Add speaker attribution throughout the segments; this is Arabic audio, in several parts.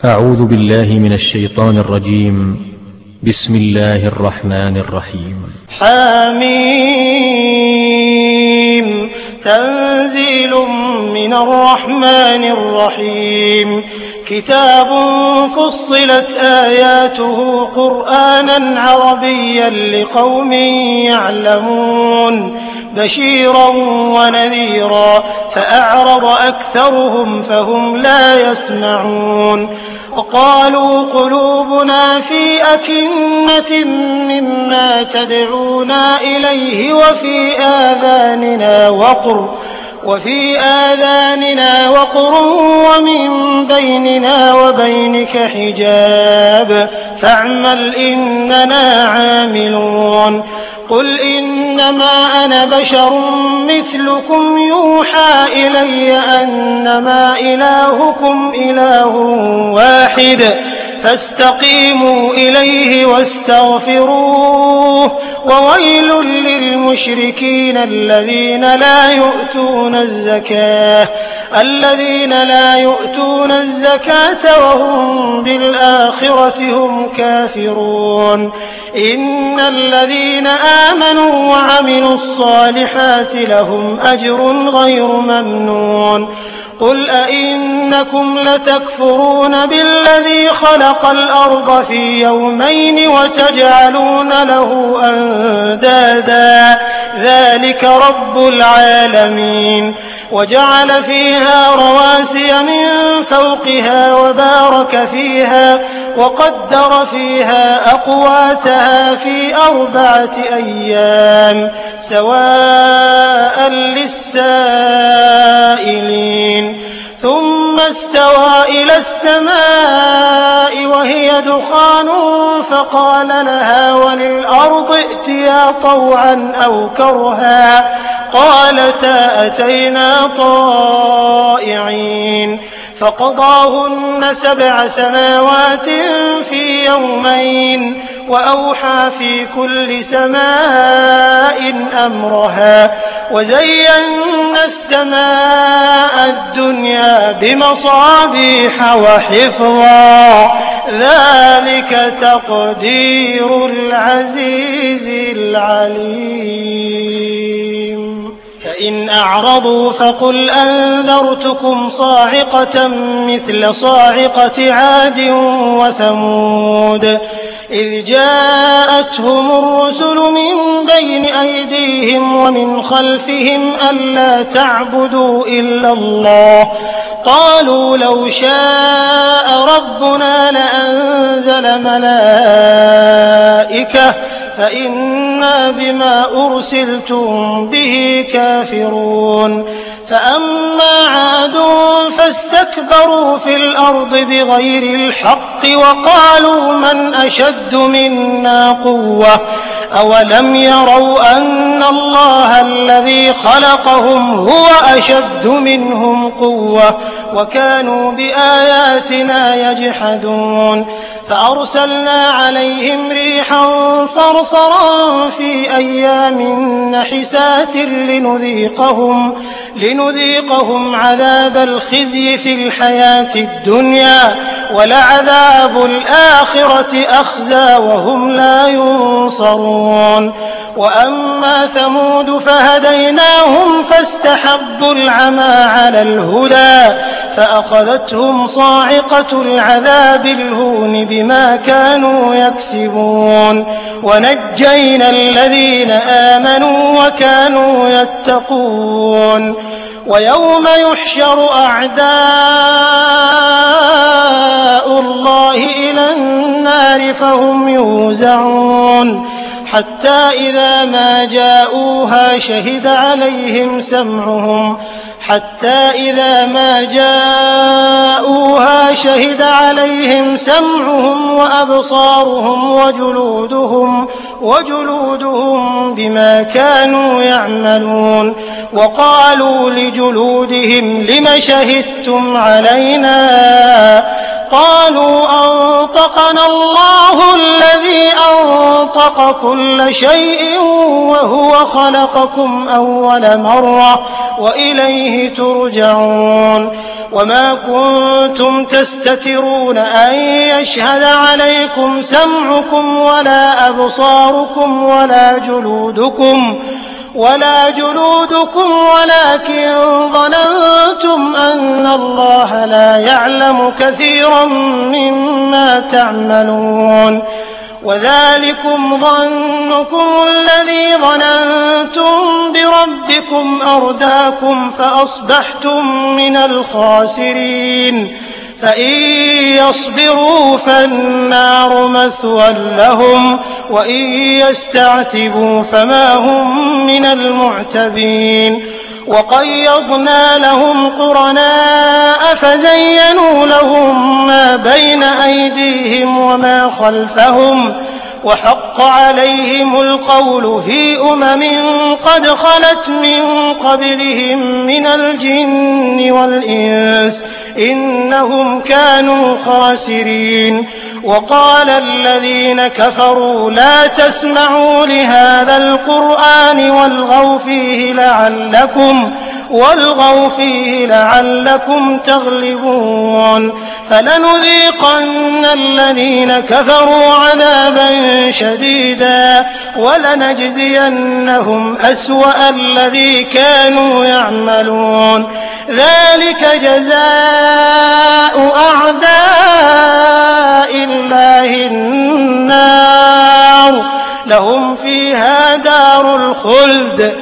Speaker 1: أعوذ بالله من الشيطان الرجيم. بسم الله الرحمن الرحيم.
Speaker 2: حميم تنزيل من الرحمن الرحيم. كتاب فصلت آياته قرآنا عربيا لقوم يعلمون بشيرا ونذيرا فأعرض أكثرهم فهم لا يسمعون. وقالوا قلوبنا في أكنة مما تدعونا إليه وفي آذاننا وقر ومن بيننا وبينك حجاب فاعمل إننا عاملون. قل إنما أنا بشر مثلكم يوحى إلي أنما إلهكم إله واحد فاستقيموا إليه واستغفروه. وويل للمشركين الذين لا يؤتون الزكاة وهم بالآخرة هم كافرون. إن الذين آمنوا وعملوا الصالحات لهم أجر غير ممنون. قل أئنكم لتكفرون بالذي خلق الأرض في يومين وتجعلون له أندادا ذلك رب العالمين. وجعل فيها رواسي من فوقها وبارك فيها وقدر فيها أقواتها في 4 أيام سواء للسائلين. ثم استوى إلى السماء وهي دخان فقال لها وللأرض ائتيا طوعا أو كرها قالتا أتينا طائعين. فقضاهن 7 سماوات في يومين وأوحى في كل سماء أمرها وزينا السماء الدنيا بمصابيح وحفظا ذلك تقدير العزيز العليم. فإن أعرضوا فقل أنذرتكم صاعقة مثل صاعقة عاد وثمود إذ جاءتهم الرسل من بين أيديهم ومن خلفهم ألا تعبدوا إلا الله قالوا لو شاء ربنا لأنزل ملائكة فإنا بما أرسلتم به كافرون. فأما عاد فاستكبروا في الأرض بغير الحق وقالوا من أشد منا قوة أولم يروا أن الله الذي خلقهم هو أشد منهم قوة وكانوا بآياتنا يجحدون. فأرسلنا عليهم ريحا صرصرا في أيام نحسات لنذيقهم عذاب الخزي في الحياة الدنيا ولعذاب الآخرة أخزى وهم لا ينصرون. وأما ثمود فهديناهم فاستحبوا العمى على الهدى فأخذتهم صاعقة العذاب الهون بما كانوا يكسبون. ونجينا الذين آمنوا وكانوا يتقون. ويوم يحشر أعداء الله إلى النار فهم يوزعون حتى إذا ما جاءوها شهد عليهم سمعهم وأبصارهم وجلودهم بما كانوا يعملون. وقالوا لجلودهم لم شهدتم علينا قالوا أنطقنا الله الذي أنطق وحقق كل شيء وهو خلقكم أول مرة وإليه ترجعون وما كنتم تستترون أن يشهد عليكم سمعكم ولا أبصاركم ولا جلودكم ولكن ظننتم أن الله لا يعلم كثيرا مما تعملون وذلكم ظنكم الذي ظننتم بربكم أرداكم فأصبحتم من الخاسرين فإن يصبروا فالنار مثوى لهم وإن يستعتبوا فما هم من المعتبين وقيضنا لهم قرناء فزينوا لهم ما بين أيديهم وما خلفهم وحق عليهم القول في قد خلت من قبلهم من الجن والإنس إنهم كانوا خاسرين وقال الذين كفروا لا تسمعوا لهذا القرآن والغوا فيه لعلكم تغلبون فلنذيقن الذين كفروا عذابا شديدا ولنجزينهم أسوأ الذي كانوا يعملون ذلك جزاء أعداء الله النار لهم فيها دار الخلد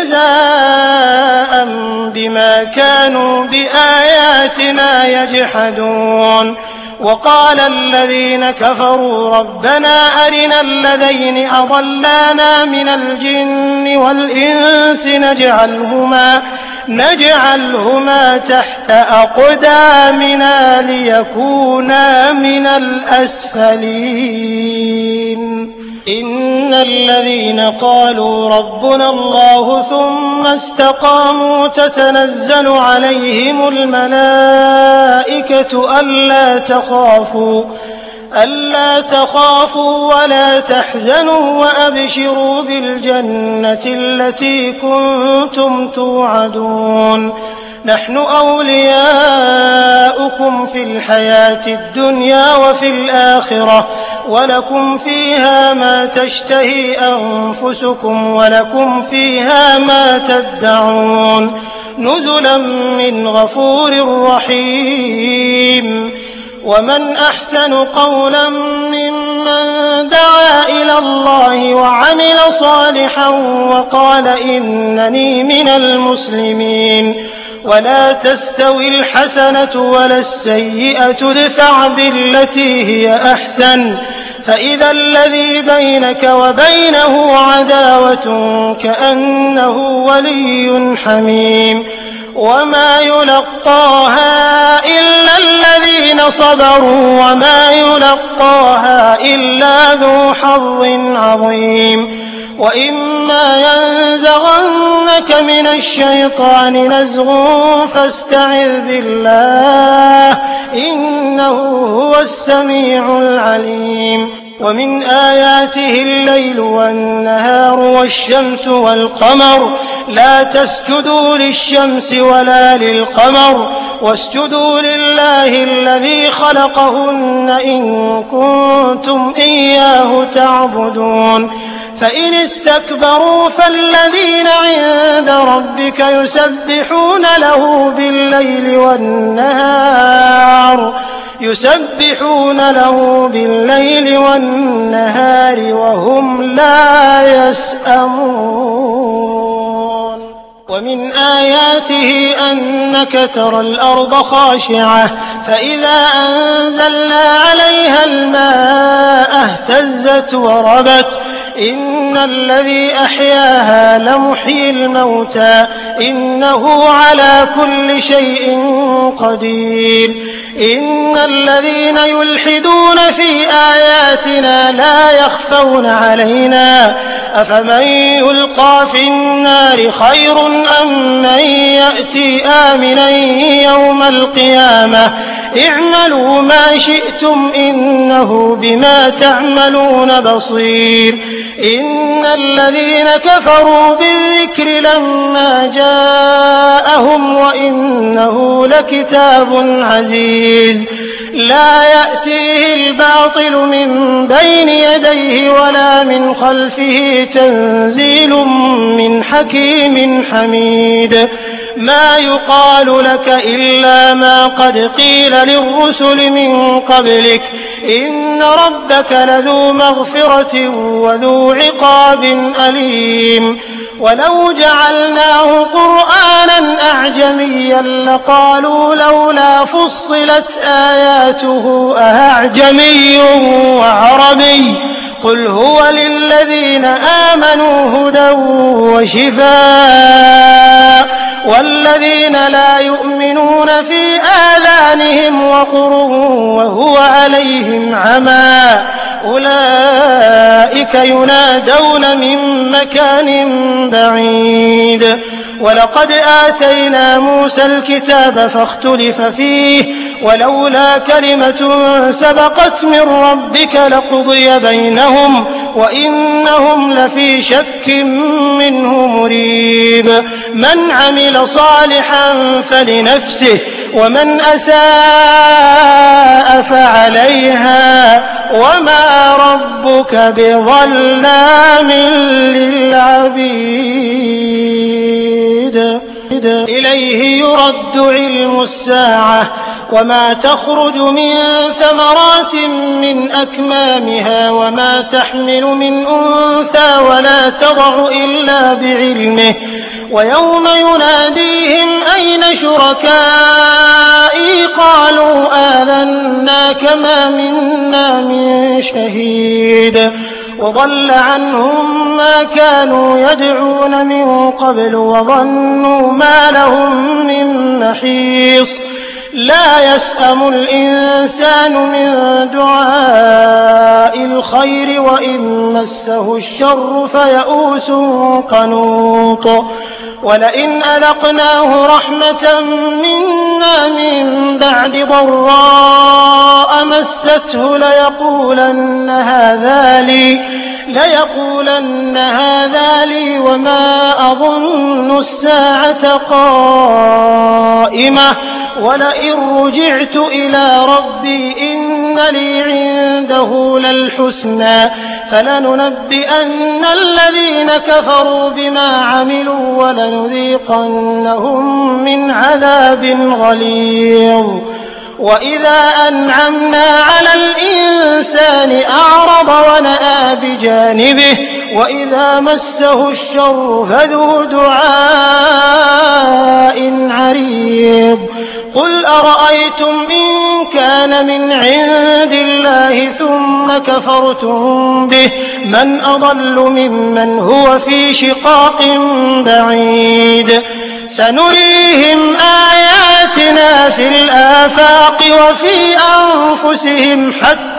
Speaker 2: جزاء بما كانوا بآياتنا يجحدون وقال الذين كفروا ربنا أرنا الذين أضلانا من الجن والإنس نجعلهما تحت أقدامنا ليكونا من الأسفلين إن الذين قالوا ربنا الله ثم استقاموا تتنزل عليهم الملائكة ألا تخافوا ولا تحزنوا وأبشروا بالجنة التي كنتم توعدون نحن أولياؤكم في الحياة الدنيا وفي الآخرة ولكم فيها ما تشتهي أنفسكم ولكم فيها ما تدعون نزلا من غفور رحيم ومن أحسن قولا ممن دعا إلى الله وعمل صالحا وقال إنني من المسلمين ولا تستوي الحسنة ولا السيئة ادفع بالتي هي أحسن فإذا الذي بينك وبينه عداوة كأنه ولي حميم وما يلقاها إلا الذين صبروا وما يلقاها إلا ذو حظ عظيم وإما ينزغنك من الشيطان نزغ فاستعذ بالله إنه هو السميع العليم ومن آياته الليل والنهار والشمس والقمر لا تسجدوا للشمس ولا للقمر واسجدوا لله الذي خلقهن إن كنتم إياه تعبدون فإن استكبروا فالذين عند ربك يسبحون له بالليل والنهار وهم لا يسأمون ومن آياته أنك ترى الأرض خاشعة فإذا أنزلنا عليها الماء اهتزت وربت إن الذي أحياها لمحيي الموتى إنه على كل شيء قدير إن الذين يلحدون في آياتنا لا يخفون علينا أفمن يلقى في النار خير أم من يأتي آمنا يوم القيامة اعملوا ما شئتم إنه بما تعملون بصير إن الذين كفروا بالذكر لما جاءهم وإنه لكتاب عزيز لا يأتيه الباطل من بين يديه ولا من خلفه تنزيل من حكيم حميد ما يقال لك إلا ما قد قيل للرسل من قبلك إن ربك لذو مغفرة وذو عقاب أليم ولو جعلناه قرآنا أعجميا لقالوا لولا فصلت آياته أأعجمي وعربي قل هو للذين آمنوا هدى وشفاء والذين لا يؤمنون في آذانهم وقر وهو عليهم عمى أولئك ينادون من مكان بعيد ولقد آتينا موسى الكتاب فاختلف فيه ولولا كلمة سبقت من ربك لقضي بينهم وإنهم لفي شك منه مريب من عمل صالحا فلنفسه ومن أساء فعليها وما ربك بظلام للعبيد إليه يرد علم الساعة وما تخرج من ثمرات من أكمامها وما تحمل من أنثى ولا تضع إلا بعلمه ويوم يناديهم أين شركائي قالوا آذناك ما منا من شهيد وضل عنهم ما كانوا يدعون من قبل وظنوا ما لهم من محيص لا يسأم الإنسان من دعاء الخير وإن مسه الشر فيئوس قنوط ولئن أذقناه رحمة منا من بعد ضراء مسته ليقولن هذا لي وما أظن الساعة قائمة ولئن رجعت إلى ربي إن لي عنده للحسنى فلننبئن الذين كفروا بما عملوا ولنذيقنهم من عذاب غليظ وإذا أنعمنا على الإنسان أعرض ونأى بجانبه وإذا مسه الشر فذو دعاء عريض قل أرأيتم إن كان من عند الله ثم كفرتم به من أضل ممن هو في شقاق بعيد سنريهم آياتنا في الآفاق وفي أنفسهم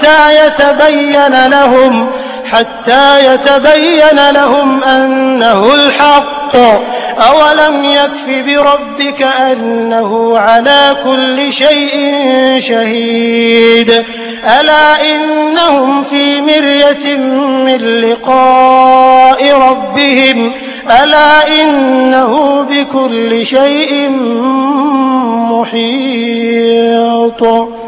Speaker 2: حتى يتبين لهم أنه الحق أولم يكف بربك أنه على كل شيء شهيد ألا إنهم في مرية من لقاء ربهم ألا إنه بكل شيء محيط